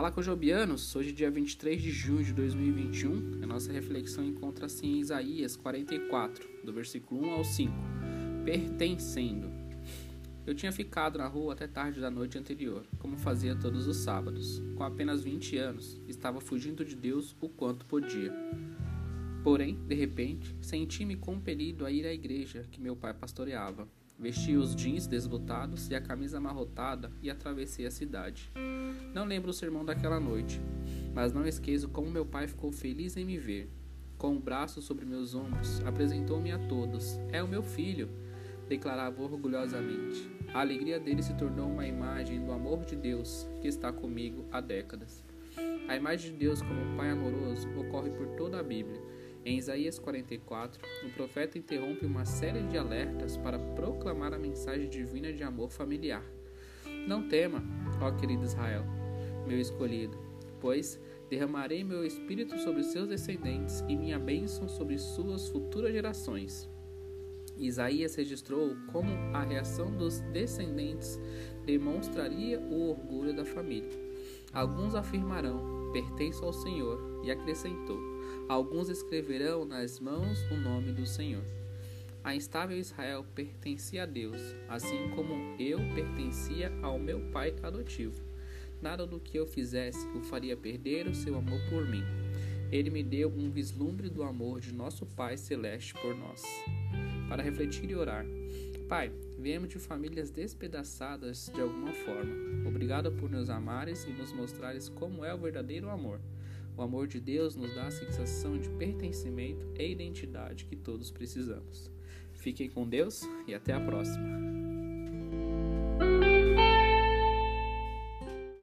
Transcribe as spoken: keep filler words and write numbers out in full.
Fala com Jobianos, hoje dia vinte e três de junho de dois mil e vinte e um, a nossa reflexão encontra-se em Isaías quarenta e quatro, do versículo um ao cinco, pertencendo. Eu tinha ficado na rua até tarde da noite anterior, como fazia todos os sábados. Com apenas vinte anos, estava fugindo de Deus o quanto podia. Porém, de repente, senti-me compelido a ir à igreja que meu pai pastoreava. Vesti os jeans desbotados e a camisa amarrotada e atravessei a cidade. Não lembro o sermão daquela noite, mas não esqueço como meu pai ficou feliz em me ver. Com o braço sobre meus ombros, apresentou-me a todos. É o meu filho, declarava orgulhosamente. A alegria dele se tornou uma imagem do amor de Deus que está comigo há décadas. A imagem de Deus como Pai amoroso ocorre por toda a Bíblia. Em Isaías quarenta e quatro, o profeta interrompe uma série de alertas para proclamar a mensagem divina de amor familiar. Não tema, ó querido Israel, meu escolhido, pois derramarei meu espírito sobre seus descendentes e minha bênção sobre suas futuras gerações. Isaías registrou como a reação dos descendentes demonstraria o orgulho da família. Alguns afirmarão, pertenço ao Senhor, e acrescentou, alguns escreverão nas mãos o nome do Senhor. A instável Israel pertencia a Deus, assim como eu pertencia ao meu pai adotivo. Nada do que eu fizesse o faria perder o seu amor por mim. Ele me deu um vislumbre do amor de nosso Pai Celeste por nós. Para refletir e orar. Pai, viemos de famílias despedaçadas de alguma forma. Obrigado por nos amares e nos mostrares como é o verdadeiro amor. O amor de Deus nos dá a sensação de pertencimento e identidade que todos precisamos. Fiquem com Deus e até a próxima.